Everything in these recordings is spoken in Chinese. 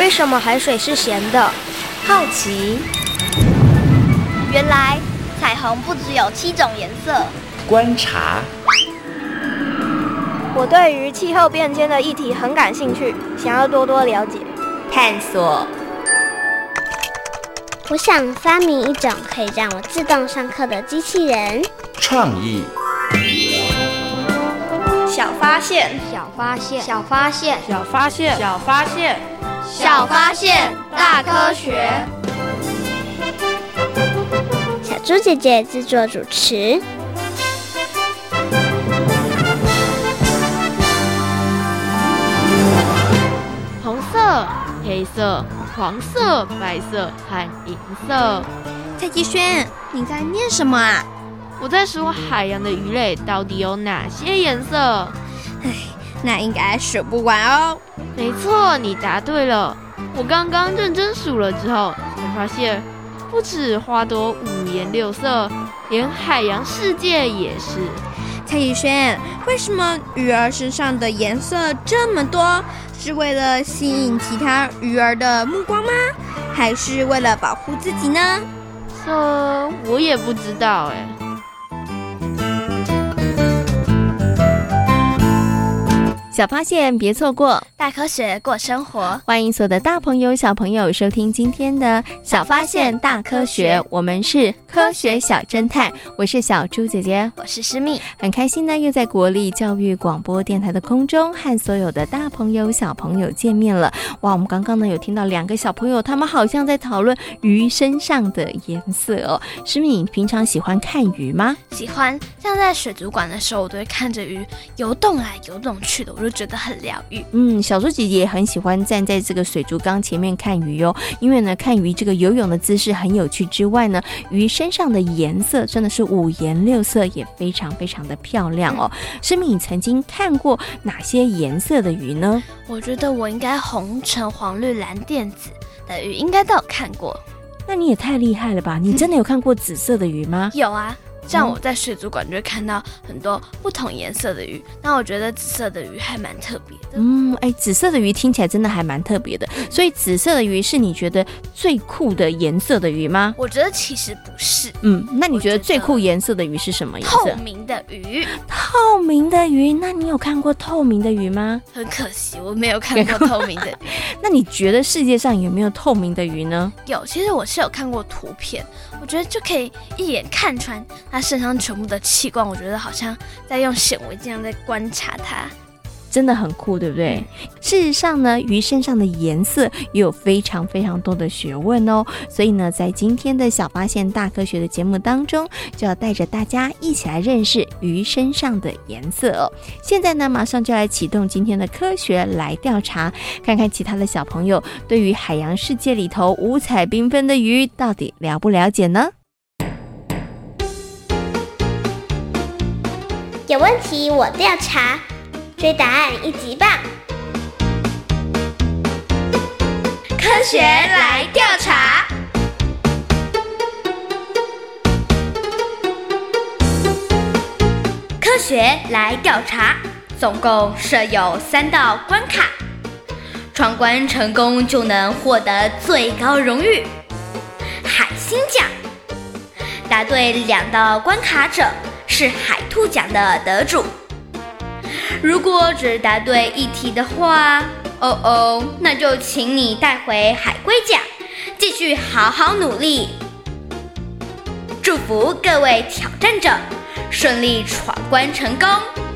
为什么海水是咸的？ 好奇。 原来彩虹不只有7种颜色。 观察。 我对于气候变迁的议题很感兴趣，想要多多了解。 探索。 我想发明一种可以让我自动上课的机器人。 创意。 小发现， 小发现，小发现， 小发现，小发现， 小发现，大科学。 小猪姐姐制作主持。 红色、黑色、黄色、白色和银色。 蔡继轩，你在念什么啊？ 我在说海洋的鱼类到底有哪些颜色？ 那应该数不完哦。 没错，你答对了。我刚刚认真数了之后，才发现不止花朵五颜六色，连海洋世界也是。 蔡宇轩，为什么鱼儿身上的颜色这么多？是为了吸引其他鱼儿的目光吗？还是为了保护自己呢？ 这我也不知道哎。 小发现别错过， 大科学过生活。 欢迎所有的大朋友小朋友收听今天的小发现大科学，我们是科学小侦探，我是小猪姐姐， 我是诗蜜。 很开心呢，又在国立教育广播电台的空中和所有的大朋友小朋友见面了。哇，我们刚刚呢有听到2个小朋友，他们好像在讨论鱼身上的颜色哦。诗蜜，你平常喜欢看鱼吗？ 喜欢，像在水族馆的时候，我都会看着鱼游动来游动去的，我就觉得很疗愈。 小猪姐姐也很喜欢站在这个水族缸前面看鱼哦，因为呢，看鱼这个游泳的姿势很有趣之外呢，鱼身上的颜色真的是五颜六色，也非常非常的漂亮哦。诗蜜，你曾经看过哪些颜色的鱼呢？ 我觉得我应该红橙黄绿蓝靛紫的鱼应该都有看过。 那你也太厉害了吧！你真的有看过紫色的鱼吗？ 有啊。像我在水族馆就会看到很多不同颜色的鱼，那我觉得紫色的鱼还蛮特别的。 紫色的鱼听起来真的还蛮特别的。所以紫色的鱼是你觉得最酷的颜色的鱼吗？ 我觉得其实不是。 那你觉得最酷颜色的鱼是什么颜色？ 透明的鱼。 透明的鱼？那你有看过透明的鱼吗？ 很可惜，我没有看过透明的鱼。 那你觉得世界上有没有透明的鱼呢？ 有，其实我是有看过图片，我觉得就可以一眼看穿它身上全部的器官，我觉得好像在用显微镜在观察它。 真的很酷，对不对？事实上呢，鱼身上的颜色也有非常非常多的学问哦。所以呢，在今天的小发现大科学的节目当中，就要带着大家一起来认识鱼身上的颜色哦。现在呢，马上就来启动今天的科学来调查，看看其他的小朋友对于海洋世界里头五彩缤纷的鱼到底了不了解呢？ 有问题我调查，追答案1级棒！ 科学来调查。科学来调查，总共设有3道关卡，闯关成功就能获得最高荣誉——海星奖。答对2道关卡者是海兔奖的得主。如果只答对1题的话，那就请你带回海龟奖，继续好好努力。祝福各位挑战者顺利闯关成功。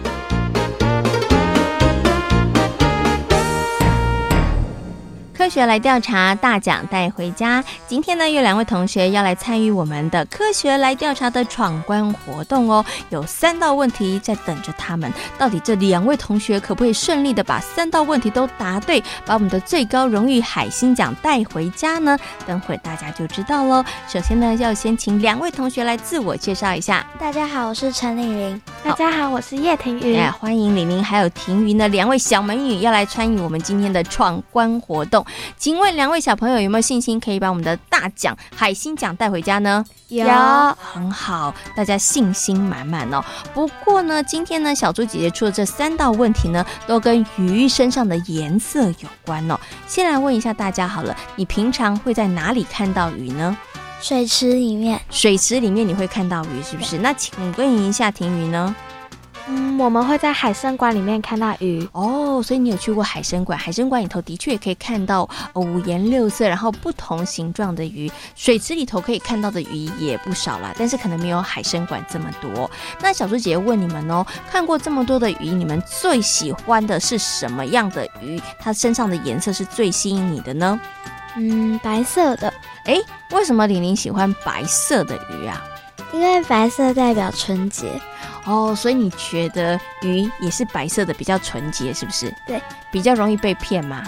科学来调查，大奖带回家。今天呢，有2位同学要来参与我们的科学来调查的闯关活动哦。有3道问题在等着他们，到底这2位同学可不可以顺利的把3道问题都答对，把我们的最高荣誉海星奖带回家呢？等会大家就知道咯。首先呢，要先请2位同学来自我介绍一下。 大家好，我是陈玲玲。 大家好，我是叶婷云。 欢迎玲玲还有婷云的2位小美女要来参与我们今天的闯关活动。 请问两位小朋友有没有信心可以把我们的大奖海星奖带回家呢？ 有， 很好，大家信心满满哦。不过呢，今天呢，小猪姐姐出的这3道问题呢，都跟鱼身上的颜色有关哦。先来问一下大家好了，你平常会在哪里看到鱼呢？ 水池里面。 水池里面你会看到鱼是不是？那请问一下婷瑜呢？ 我们会在海参馆里面看到鱼哦，所以你有去过海参馆？海参馆里头的确可以看到5颜6色，然后不同形状的鱼。水池里头可以看到的鱼也不少啦，但是可能没有海参馆这么多。那小猪姐姐问你们哦，看过这么多的鱼，你们最喜欢的是什么样的鱼？它身上的颜色是最吸引你的呢？ 白色的。 为什么玲玲喜欢白色的鱼啊？ 因为白色代表纯洁。 哦，所以你觉得鱼也是白色的比较纯洁，是不是？ 对， 比较容易被骗吗？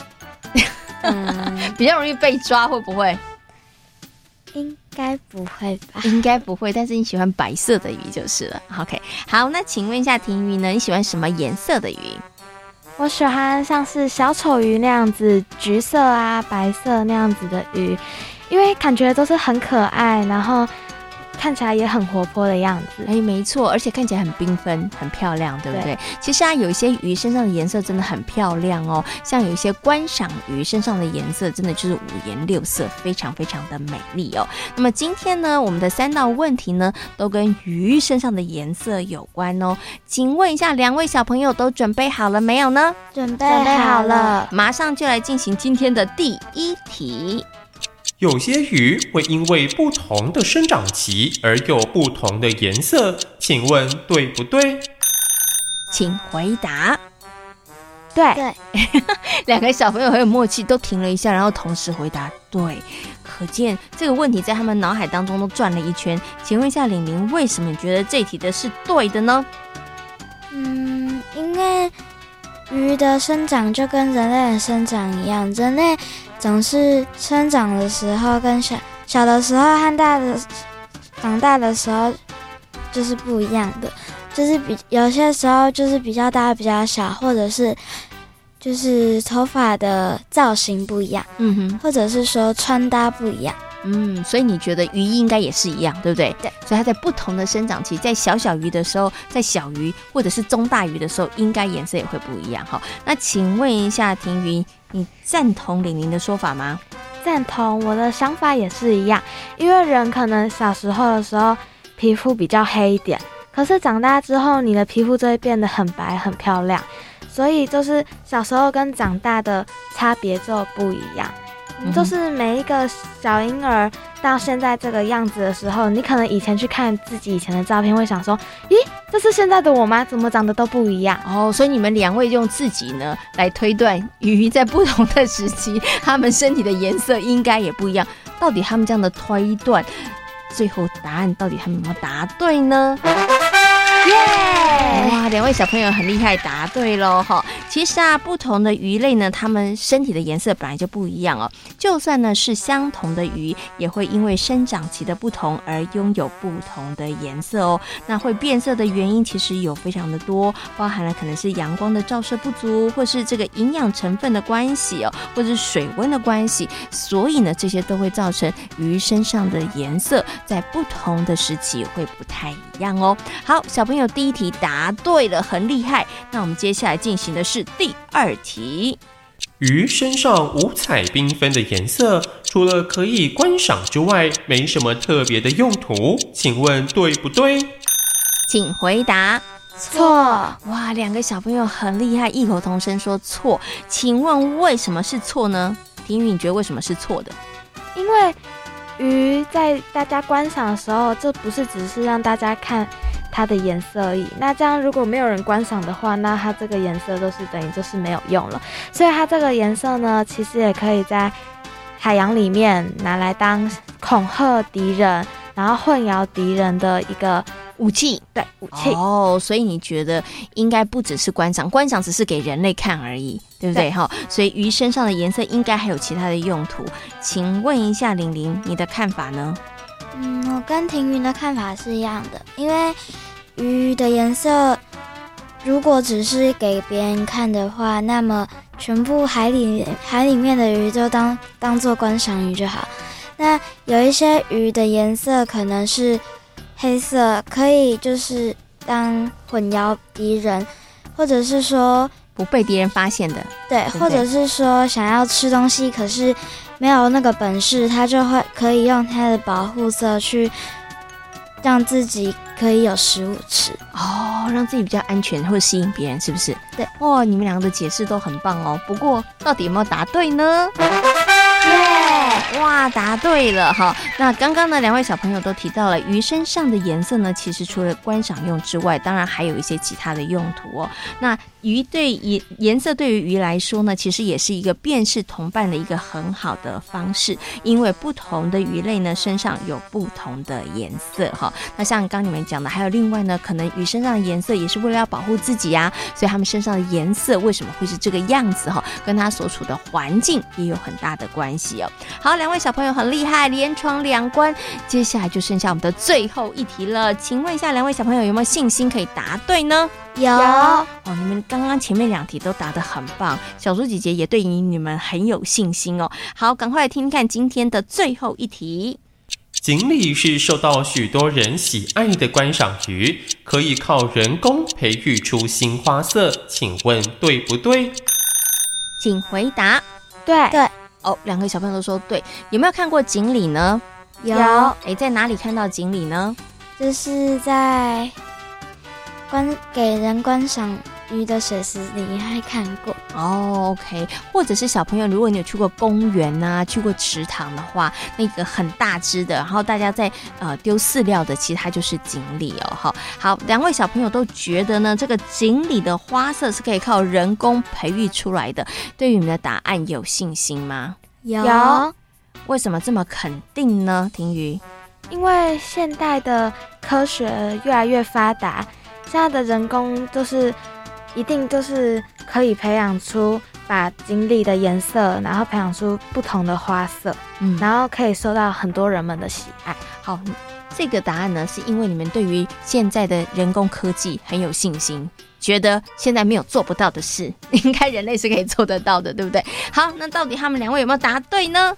比较容易被抓，会不会？ 应该不会吧？ 应该不会，但是你喜欢白色的鱼就是了。OK， 好，那请问一下婷瑜呢？你喜欢什么颜色的鱼？ 我喜欢像是小丑鱼那样子，橘色啊、白色那样子的鱼，因为感觉都是很可爱，然后看起来也很活泼的样子。 没错，而且看起来很缤纷、很漂亮，对不对？其实啊，有一些鱼身上的颜色真的很漂亮哦，像有一些观赏鱼身上的颜色真的就是5颜6色，非常非常的美丽哦。那么今天呢，我们的3道问题呢，都跟鱼身上的颜色有关哦。请问一下，两位小朋友都准备好了没有呢？ 准备好了， 马上就来进行今天的第1题。 有些鱼会因为不同的生长期而有不同的颜色，请问对不对？ 请回答。 对， 两个小朋友很有默契，都停了一下，然后同时回答对。可见这个问题在他们脑海当中都转了一圈。请问一下玲玲，为什么你觉得这一题的是对的呢？ 因为鱼的生长就跟人类的生长一样，人类总是生长的时候跟小的时候和长大的时候就是不一样的，就是有些时候就是比较大比较小，或者是就是头发的造型不一样，或者是说穿搭不一样。 所以你觉得鱼应该也是一样，对不对？ 对， 所以它在不同的生长期，在小鱼的时候，在小鱼或者是中大鱼的时候，应该颜色也会不一样哈。那请问一下婷瑜，你赞同玲玲的说法吗？ 赞同，我的想法也是一样。因为人可能小时候的时候皮肤比较黑一点，可是长大之后你的皮肤就会变得很白很漂亮，所以就是小时候跟长大的差别就不一样。就是每一个小婴儿到现在这个样子的时候，你可能以前去看自己以前的照片，会想说，咦，这是现在的我吗？怎么长得都不一样？ 所以你们两位用自己呢来推断鱼在不同的时期，他们身体的颜色应该也不一样。到底他们这样的推断，最后答案到底他们有没有答对呢？哇，两位小朋友很厉害，答对咯哈！其实啊，不同的鱼类呢，它们身体的颜色本来就不一样哦。就算呢是相同的鱼，也会因为生长期的不同而拥有不同的颜色哦。那会变色的原因其实有非常的多，包含了可能是阳光的照射不足，或是这个营养成分的关系哦，或者是水温的关系。所以呢，这些都会造成鱼身上的颜色在不同的时期会不太一样哦。好，小朋友第1题答对了，很厉害。那我们接下来进行的是第2题。 鱼身上五彩缤纷的颜色，除了可以观赏之外，没什么特别的用途，请问对不对？ 请回答。 错。 哇，两个小朋友很厉害，异口同声说错。请问为什么是错呢？婷瑜，你觉得为什么是错的？ 因为鱼在大家观赏的时候，这不是只是让大家看它的颜色而已。那这样如果没有人观赏的话，那它这个颜色都是等于就是没有用了。所以它这个颜色呢，其实也可以在海洋里面拿来当恐吓敌人，然后混淆敌人的一个武器。 对，武器。 所以你觉得应该不只是观赏，观赏只是给人类看而已，对不对？所以鱼身上的颜色应该还有其他的用途。请问一下玲玲，你的看法呢？ 我跟婷云的看法是一样的，因为鱼的颜色如果只是给别人看的话，那么全部海里面的鱼就当做观赏鱼就好。那有一些鱼的颜色可能是黑色，可以就是当混淆敌人，或者是说不被敌人发现的， 对，或者是说想要吃东西，可是没有那个本事，他就会可以用他的保护色去让自己可以有食物吃哦，让自己比较安全，或者吸引别人，是不是？ 对， 哇，你们两个的解释都很棒哦。不过到底有没有答对呢？哇，答对了哈！那刚刚呢，两位小朋友都提到了鱼身上的颜色呢，其实除了观赏用之外，当然还有一些其他的用途哦。那鱼对颜色对于鱼来说呢，其实也是一个辨识同伴的一个很好的方式，因为不同的鱼类呢身上有不同的颜色哈。那像刚你们讲的，还有另外呢，可能鱼身上的颜色也是为了要保护自己啊，所以他们身上的颜色为什么会是这个样子哈，跟他所处的环境也有很大的关系哦。好，两位小朋友很厉害，连闯2关，接下来就剩下我们的最后一题了。请问一下，两位小朋友有没有信心可以答对呢？ 有哦，你们刚刚前面2题都答得很棒，小猪姐姐也对于你们很有信心哦。好，赶快来听听看今天的最后一题。 锦鲤是受到许多人喜爱的观赏鱼，可以靠人工培育出新花色，请问对不对？ 请回答。 对哦，两个小朋友都说对。有没有看过锦鲤呢？ 有， 在哪里看到锦鲤呢？ 就是在给人观赏鱼的水池里还看过哦 ，OK， 或者是小朋友，如果你有去过公园啊，去过池塘的话，那个很大只的，然后大家在丢饲料的，其实它就是锦鲤哦。好，两位小朋友都觉得呢，这个锦鲤的花色是可以靠人工培育出来的，对于你们的答案有信心吗？ 有。 为什么这么肯定呢？婷瑜， 因为现代的科学越来越发达，现在的人工一定就是可以培养出把锦鲤的颜色，然后培养出不同的花色，然后可以受到很多人们的喜爱。 好，这个答案呢，是因为你们对于现在的人工科技很有信心，觉得现在没有做不到的事，应该人类是可以做得到的，对不对？好，那到底他们2位有没有答对呢？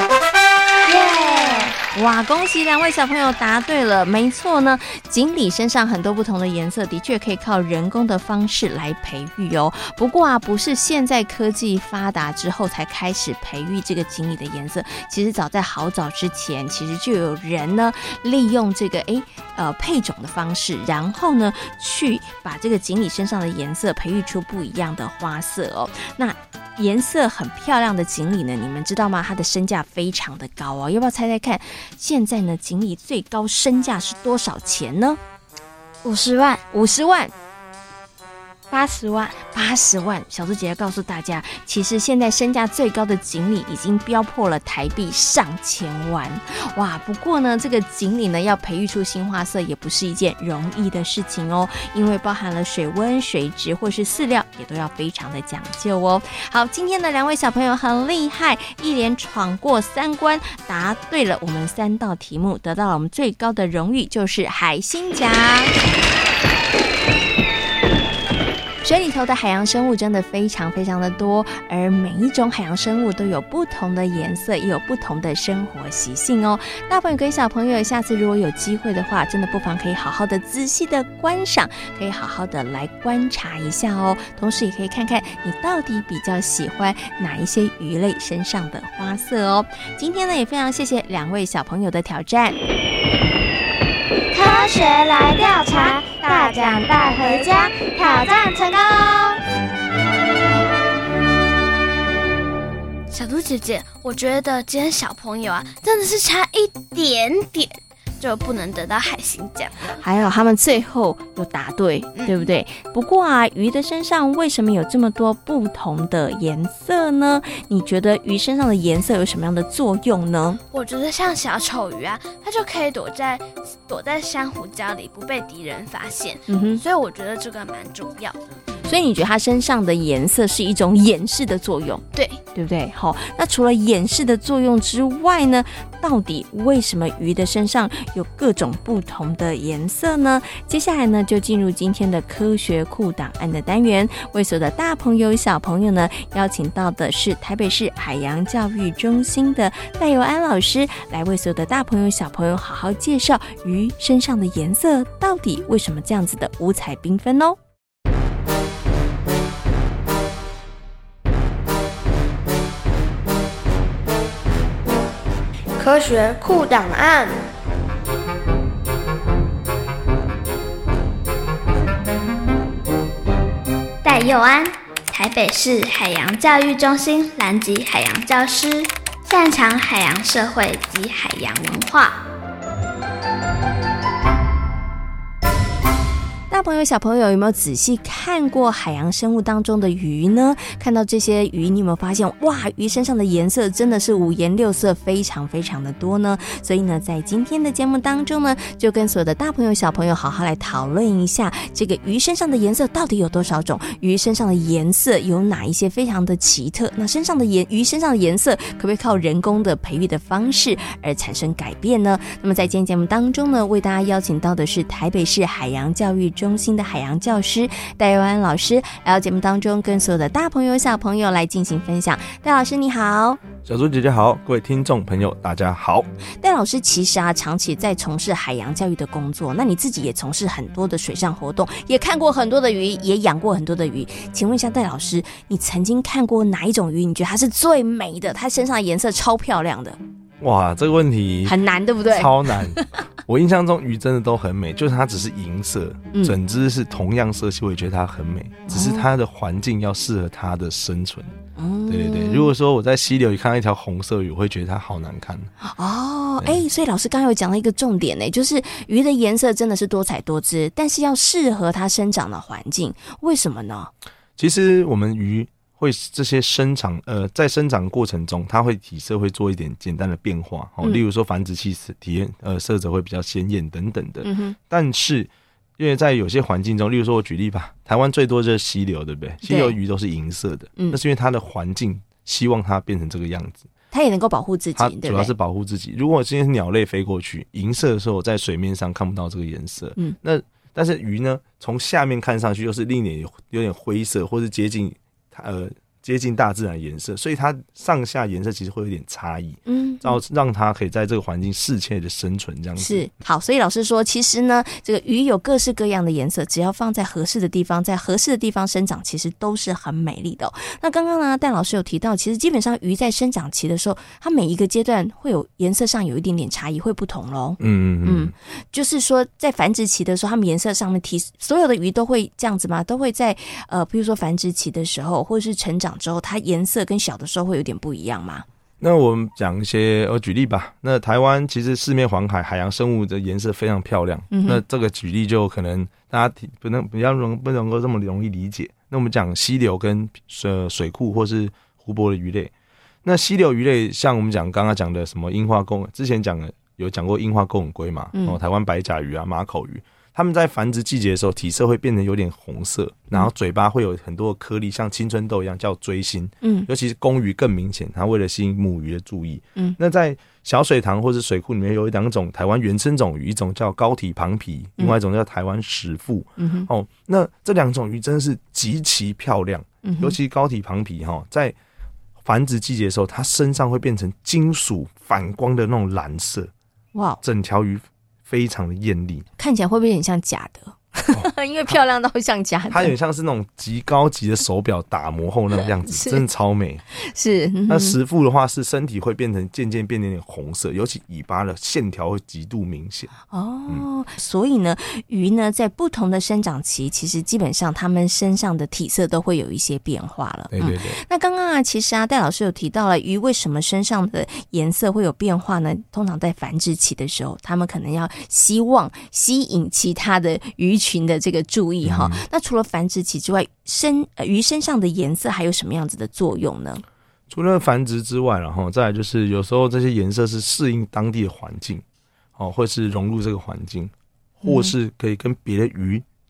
哇，恭喜2位小朋友答对了。没错呢，锦鲤身上很多不同的颜色的确可以靠人工的方式来培育哦。不过啊，不是现在科技发达之后才开始培育这个锦鲤的颜色，其实早在好早之前，其实就有人呢利用这个配种的方式，然后呢去把这个锦鲤身上的颜色培育出不一样的花色哦。那颜色很漂亮的锦鲤呢，你们知道吗？它的身价非常的高哦，要不要猜猜看？现在呢，锦鲤最高身价是多少钱呢 ？50万。 50万。 80万 ，80万！小猪姐姐告诉大家，其实现在身价最高的锦鲤已经飙破了台币上千万，哇！不过呢，这个锦鲤呢要培育出新花色也不是一件容易的事情哦，因为包含了水温、水质或是饲料也都要非常的讲究哦。好，今天的2位小朋友很厉害，一连闯过3关，答对了我们3道题目，得到了我们最高的荣誉，就是海星奖。水里头的海洋生物真的非常非常的多，而每一种海洋生物都有不同的颜色，也有不同的生活习性哦。大朋友跟小朋友，下次如果有机会的话，真的不妨可以好好的仔细的观赏，可以好好的来观察一下哦。同时也可以看看你到底比较喜欢哪一些鱼类身上的花色哦。今天呢，也非常谢谢2位小朋友的挑战。 科学来调查，大奖带回家，挑战成功！ 小猪姐姐，我觉得今天小朋友啊，真的是差一点点就不能得到海星奖了。 还有他们最后有答对，对不对？不过啊，鱼的身上为什么有这么多不同的颜色呢？你觉得鱼身上的颜色有什么样的作用呢？ 我觉得像小丑鱼啊，它就可以躲在珊瑚礁里不被敌人发现，所以我觉得这个蛮重要的。 所以你觉得它身上的颜色是一种掩饰的作用， 对不对？好，那除了掩饰的作用之外呢，到底为什么鱼的身上有各种不同的颜色呢？接下来呢，就进入今天的科学库档案的单元，为所有的大朋友小朋友呢，邀请到的是台北市海洋教育中心的戴佑安老师，来为所有的大朋友小朋友好好介绍鱼身上的颜色到底为什么这样子的五彩缤纷哦。 科学库档案。 戴佑安，台北市海洋教育中心蓝级海洋教师，擅长海洋社会及海洋文化。 大朋友小朋友有没有仔细看过海洋生物当中的鱼呢？看到这些鱼，你有没有发现哇，鱼身上的颜色真的是五颜六色，非常非常的多呢？所以呢，在今天的节目当中呢，就跟所有的大朋友小朋友好好来讨论一下，这个鱼身上的颜色到底有多少种？鱼身上的颜色有哪一些非常的奇特？那鱼身上的颜色可不可以靠人工的培育的方式而产生改变呢？那么在今天节目当中呢，为大家邀请到的是台北市海洋教育中心的海洋教师戴佑安老师，来到节目当中跟所有的大朋友小朋友来进行分享。戴老师你好。 小猪姐姐好，各位听众朋友大家好。 戴老师其实长期在从事海洋教育的工作，那你自己也从事很多的水上活动，也看过很多的鱼，也养过很多的鱼。请问一下戴老师，你曾经看过哪一种鱼你觉得它是最美的，它身上的颜色超漂亮的？ 哇，这个问题很难对不对？ 超难。我印象中鱼真的都很美，就是它只是银色，整只是同样色系，我也觉得它很美，只是它的环境要适合它的生存。对对对，如果说我在溪流里看到一条红色鱼，我会觉得它好难看。 哦，所以老师刚刚有讲到一个重点呢，就是鱼的颜色真的是多彩多姿，但是要适合它生长的环境，为什么呢？ 其实我们鱼会这些在生长过程中，它会体色会做一点简单的变化，例如说繁殖期色泽会比较鲜艳等等的。但是因为在有些环境中，例如说我举例吧，台湾最多就是溪流，对不对？溪流鱼都是银色的，那是因为它的环境希望它变成这个样子， 它也能够保护自己， 它主要是保护自己。如果今天鸟类飞过去，银色的时候，我在水面上看不到这个颜色，但是鱼呢，从下面看上去又是另有点灰色，或是接近大自然的颜色，所以它上下颜色其实会有点差异，让它可以在这个环境适切的生存，这样子是好。所以老师说，其实呢，这个鱼有各式各样的颜色，只要放在合适的地方，在合适的地方生长，其实都是很美丽的哦。那刚刚呢，戴老师有提到，其实基本上鱼在生长期的时候，它每一个阶段会有颜色上有一点点差异，会不同咯。就是说在繁殖期的时候，它们颜色上面所有的鱼都会这样子吗？都会在比如说繁殖期的时候，或者是成长之后，它颜色跟小的时候会有点不一样吗？ 那我们讲一些举例吧。那台湾其实四面环海，海洋生物的颜色非常漂亮。那这个举例就可能大家不能够这么容易理解。那我们讲溪流跟水库或是湖泊的鱼类。那溪流鱼类，像我们刚刚讲的什么樱花钩，之前有讲过樱花钩吻龟嘛，台湾白甲鱼啊、马口鱼。它们在繁殖季节的时候，体色会变得有点红色，然后嘴巴会有很多的颗粒，像青春痘一样，叫锥心。尤其是公鱼更明显，它为了吸引母鱼的注意。那在小水塘或是水库里面有两种台湾原生种鱼，一种叫高体庞皮，另外一种叫台湾石腹。那这两种鱼真的是极其漂亮，尤其高体庞皮在繁殖季节的时候，它身上会变成金属反光的那种蓝色。哇，整条鱼非常的艳丽， 看起来会不会有点像假的？因为漂亮到像假的， 它有点像是那种极高级的手表打磨后那个样子，真的超美。 是， 那石腹的话是身体会渐渐变成点红色，尤其尾巴的线条会极度明显。 所以呢，鱼呢在不同的生长期，其实基本上它们身上的体色都会有一些变化了。 对对对。 那刚刚其实戴老师有提到了鱼为什么身上的颜色会有变化呢？通常在繁殖期的时候，他们可能要希望吸引其他的鱼群的这个注意哈。那除了繁殖期之外，鱼身上的颜色还有什么样子的作用呢？ 除了繁殖之外，然后再来就是有时候这些颜色是适应当地的环境，或是融入这个环境，或是可以跟别的鱼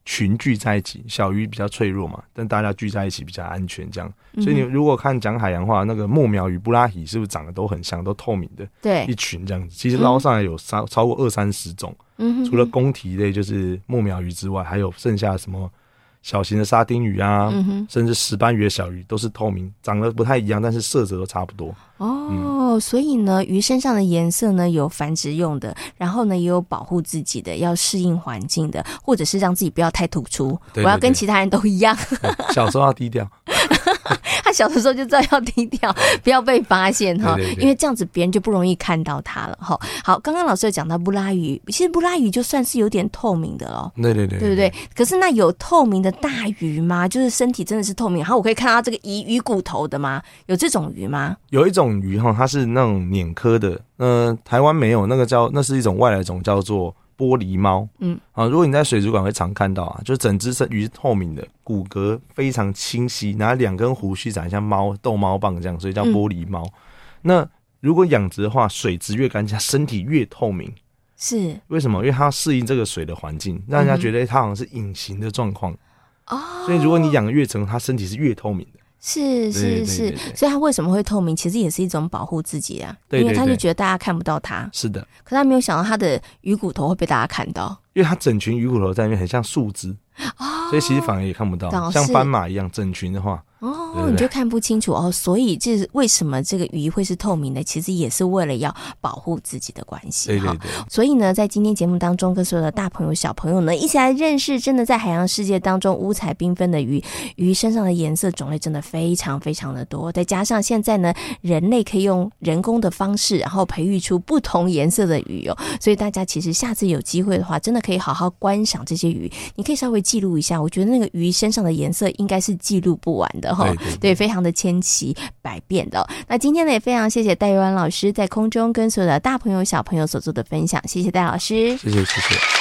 群聚在一起，小鱼比较脆弱嘛，但大家聚在一起比较安全这样。所以你如果讲海洋话，那个墨苗鱼、布拉鱼是不是长得都很像，都透明的？ 对， 一群这样子。其实捞上来有超过20-30种，除了公蹄类就是墨苗鱼之外，还有剩下什么小型的沙丁鱼啊，甚至石斑鱼的小鱼都是透明，长得不太一样，但是色泽都差不多。 所以呢，鱼身上的颜色呢有繁殖用的，然后呢也有保护自己的，要适应环境的，或者是让自己不要太突出。对对对，我要跟其他人都一样。 小时候要低调。 他小的时候就知道要低调，不要被发现哈，因为这样子别人就不容易看到他了哈。好，刚刚老师有讲到布拉鱼，其实布拉鱼就算是有点透明的咯。 对对对， 对不对？可是那有透明的大鱼吗？就是身体真的是透明，然后我可以看到这个鱼骨头的吗？有这种鱼吗？ 有一种鱼哈，它是那种鲶科的，台湾没有，那是一种外来种叫做玻璃猫。如果你在水族馆会常看到啊，就整只鱼是透明的，骨骼非常清晰，然后2根胡须长得像逗猫棒这样，所以叫玻璃猫。那如果养殖的话，水质越干净，身体越透明。 是为什么？因为它要适应这个水的环境，让人家觉得它好像是隐形的状况。所以如果你养得越成，它身体是越透明的。 是，所以它为什么会透明，其实也是一种保护自己啊。因为他就觉得大家看不到它。是的，可他没有想到他的鱼骨头会被大家看到， 因为它整群鱼骨头在那边很像树枝，所以其实反而也看不到，像斑马一样整群的话。 你就看不清楚所以这为什么这个鱼会是透明的，其实也是为了要保护自己的关系。对。所以呢，在今天节目当中，跟所有的大朋友小朋友呢一起来认识真的在海洋世界当中五彩缤纷的鱼身上的颜色种类真的非常非常的多，再加上现在呢人类可以用人工的方式然后培育出不同颜色的鱼所以大家其实下次有机会的话真的可以好好观赏这些鱼，你可以稍微记录一下，我觉得那个鱼身上的颜色应该是记录不完的对，非常的千奇百变的那今天呢也非常谢谢戴佑安老师在空中跟所有的大朋友小朋友所做的分享，谢谢戴老师。 谢谢。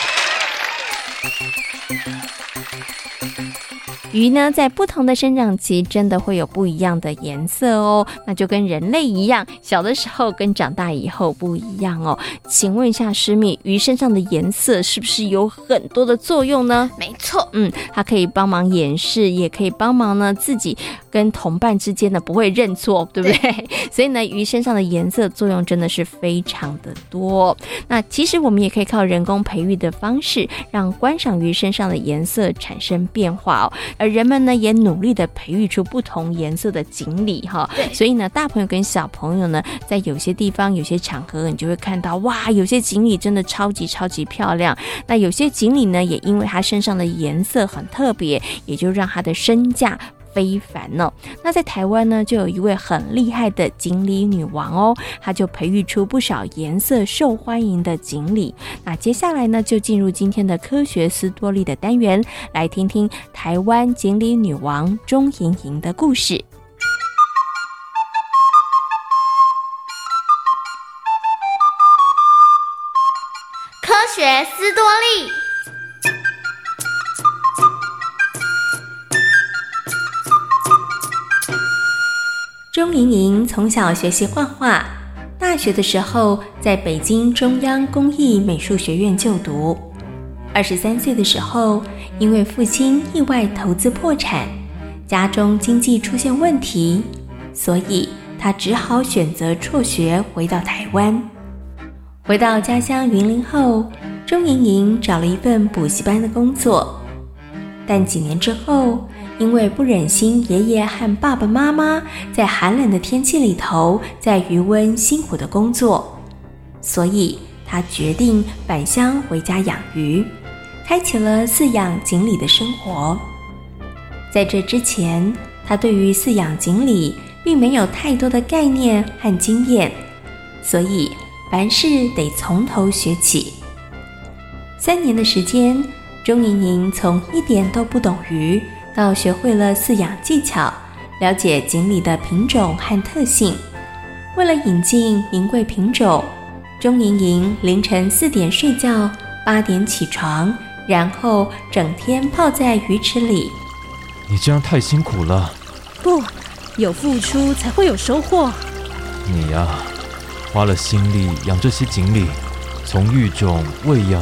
鱼呢在不同的生长期真的会有不一样的颜色那就跟人类一样，小的时候跟长大以后不一样请问一下诗蜜，鱼身上的颜色是不是有很多的作用呢？ 没错， 它可以帮忙掩饰，也可以帮忙呢自己跟同伴之间呢不会认错，对不对？所以呢鱼身上的颜色作用真的是非常的多。那其实我们也可以靠人工培育的方式让观赏鱼身上的颜色产生变化而人们呢也努力的培育出不同颜色的锦鲤所以呢大朋友跟小朋友呢在有些地方有些场合你就会看到哇，有些锦鲤真的超级超级漂亮，那有些锦鲤呢也因为它身上的颜色很特别，也就让它的身价非凡那在台湾呢就有一位很厉害的锦鲤女王她就培育出不少颜色受欢迎的锦鲤。那接下来呢就进入今天的科学斯多利的单元，来听听台湾锦鲤女王钟莹莹的故事。 科学斯多利。 钟莹莹从小学习画画，大学的时候在北京中央工艺美术学院就读。23岁的时候，因为父亲意外投资破产，家中经济出现问题，所以他只好选择辍学回到台湾。回到家乡云林后，钟莹莹找了一份补习班的工作，但几年之后，因为不忍心爷爷和爸爸妈妈在寒冷的天气里头在余温辛苦的工作，所以他决定返乡回家养鱼，开启了饲养锦鲤的生活。在这之前，他对于饲养锦鲤并没有太多的概念和经验，所以凡事得从头学起。3年的时间，钟莹莹从一点都不懂鱼到学会了饲养技巧，了解锦鲤的品种和特性。为了引进名贵品种，钟莹莹凌晨4点睡觉，8点起床，然后整天泡在鱼池里。 你这样太辛苦了。 不，有付出才会有收获。 你呀，花了心力养这些锦鲤，从育种、喂养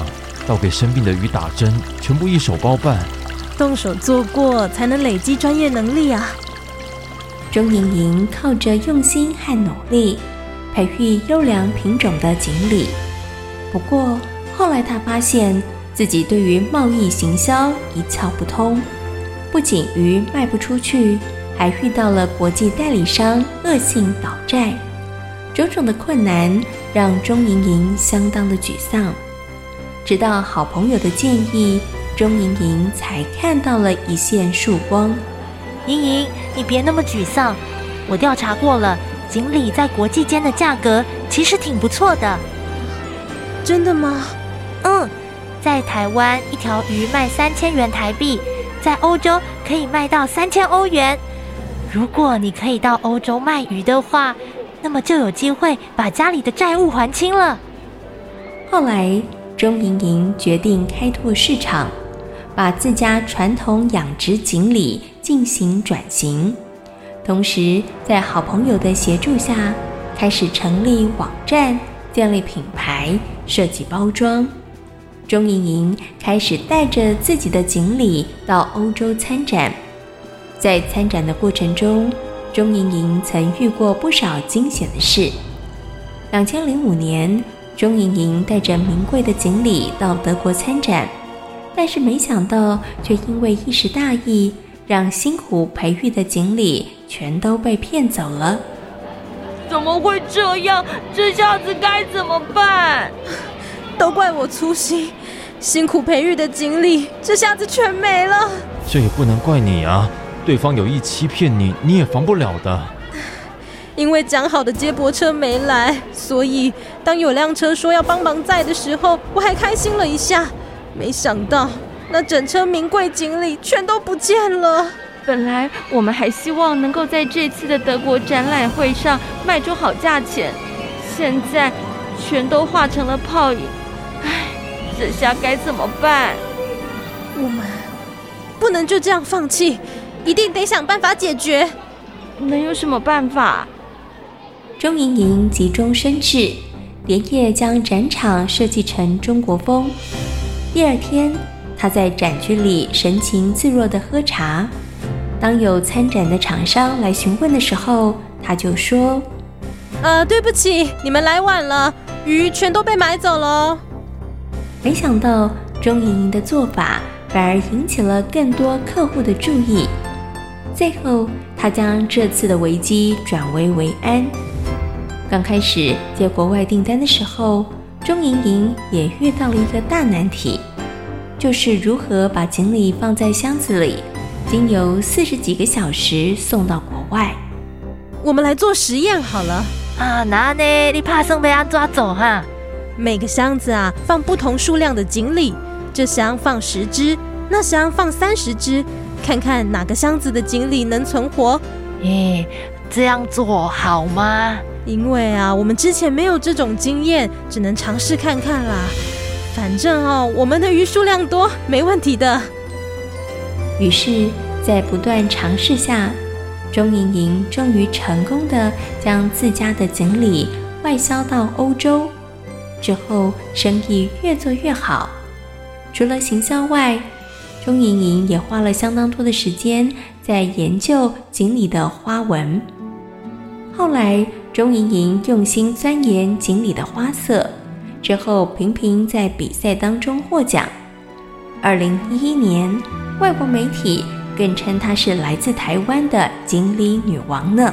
到给生病的鱼打针，全部一手包办。 动手做过，才能累积专业能力啊！ 钟莹莹靠着用心和努力，培育优良品种的锦鲤。不过后来她发现自己对于贸易行销一窍不通，不仅鱼卖不出去，还遇到了国际代理商恶性倒债，种种的困难让钟莹莹相当的沮丧。直到好朋友的建议，钟莹莹才看到了一线曙光。 莹莹，你别那么沮丧，我调查过了，锦鲤在国际间的价格其实挺不错的。 真的吗？ 在台湾一条鱼卖3000元台币，在欧洲可以卖到3000欧元。如果你可以到欧洲卖鱼的话，那么就有机会把家里的债务还清了。 后来钟莹莹决定开拓市场，把自家传统养殖锦鲤进行转型，同时在好朋友的协助下，开始成立网站，建立品牌，设计包装。钟莹莹开始带着自己的锦鲤到欧洲参展，在参展的过程中，钟莹莹曾遇过不少惊险的事。2005年，钟莹莹带着名贵的锦鲤到德国参展，但是没想到却因为一时大意，让辛苦培育的锦鲤全都被骗走了。 怎么会这样？这下子该怎么办？ 都怪我粗心，辛苦培育的锦鲤这下子全没了。 这也不能怪你啊，对方有意欺骗你，你也防不了的。 因为讲好的接驳车没来，所以当有辆车说要帮忙载的时候，我还开心了一下。没想到那整车名贵锦鲤全都不见了。 本来我们还希望能够在这次的德国展览会上卖出好价钱，现在全都化成了泡影。唉，这下该怎么办？ 我们不能就这样放弃，一定得想办法解决。 能有什么办法？ 钟莹莹急中生智，连夜将展场设计成中国风。第二天，她在展区里神情自若地喝茶。当有参展的厂商来询问的时候，她就说： 对不起，你们来晚了，鱼全都被买走了。 没想到钟莹莹的做法反而引起了更多客户的注意。最后，她将这次的危机转危为安。刚开始接国外订单的时候，钟莹莹也遇到了一个大难题，就是如何把锦鲤放在箱子里，经由40几个小时送到国外。 我们来做实验好了。 那呢？你怕生被安抓走哈？ 每个箱子放不同数量的锦鲤，这箱放10只，那箱放30只，看看哪个箱子的锦鲤能存活。 这样做好吗？ 因为我们之前没有这种经验，只能尝试看看啦。反正我们的鱼数量多，没问题的。 于是，在不断尝试下，钟莹莹终于成功地将自家的锦鲤外销到欧洲。之后，生意越做越好。除了行销外，钟莹莹也花了相当多的时间在研究锦鲤的花纹。后来，钟莹莹用心钻研锦鲤的花色，之后频频在比赛当中获奖。2011年，外国媒体更称她是来自台湾的锦鲤女王呢。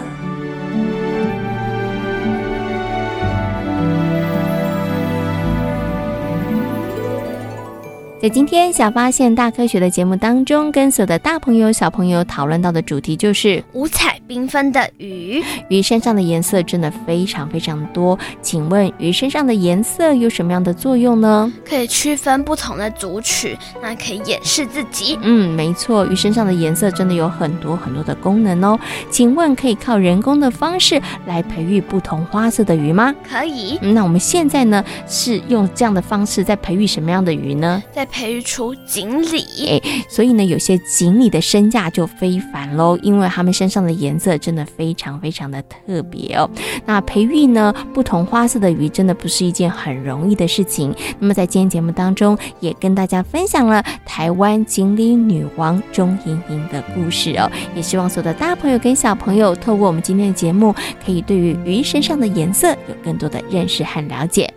在今天小发现大科学的节目当中，跟所有的大朋友小朋友讨论到的主题就是五彩缤纷的鱼。 鱼身上的颜色真的非常非常多，请问鱼身上的颜色有什么样的作用呢？ 可以区分不同的族群，那可以掩饰自己。 没错，鱼身上的颜色真的有很多很多的功能哦。请问可以靠人工的方式来培育不同花色的鱼吗？ 可以。 那我们现在呢是用这样的方式在培育什么样的鱼呢？ 在培育出锦鲤。 所以呢，有些锦鲤的身价就非凡喽，因为它们身上的颜色真的非常非常的特别哦。那培育呢不同花色的鱼，真的不是一件很容易的事情。那么在今天节目当中，也跟大家分享了台湾锦鲤女王钟莹莹的故事哦。也希望所有的大朋友跟小朋友，透过我们今天的节目，可以对于鱼身上的颜色有更多的认识和了解。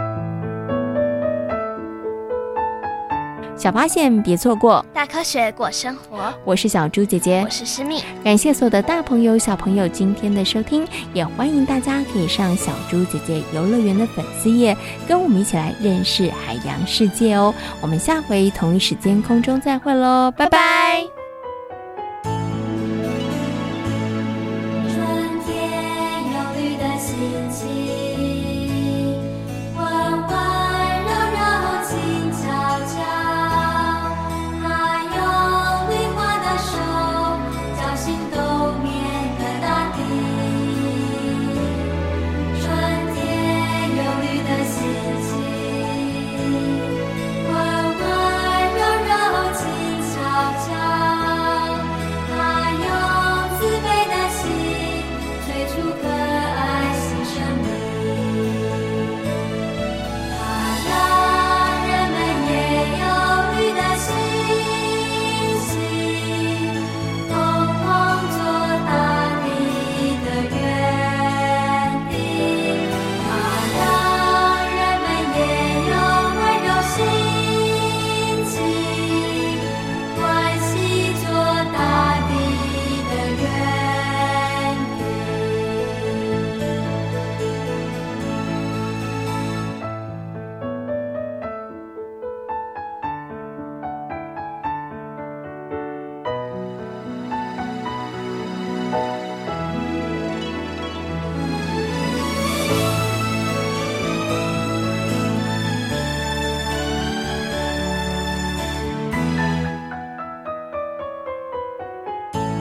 小发现别错过， 大科学过生活。 我是小猪姐姐， 我是诗蜜。 感谢所有的大朋友小朋友今天的收听，也欢迎大家可以上小猪姐姐游乐园的粉丝页，跟我们一起来认识海洋世界哦。我们下回同一时间空中再会咯，拜拜。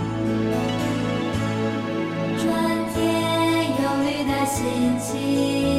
心情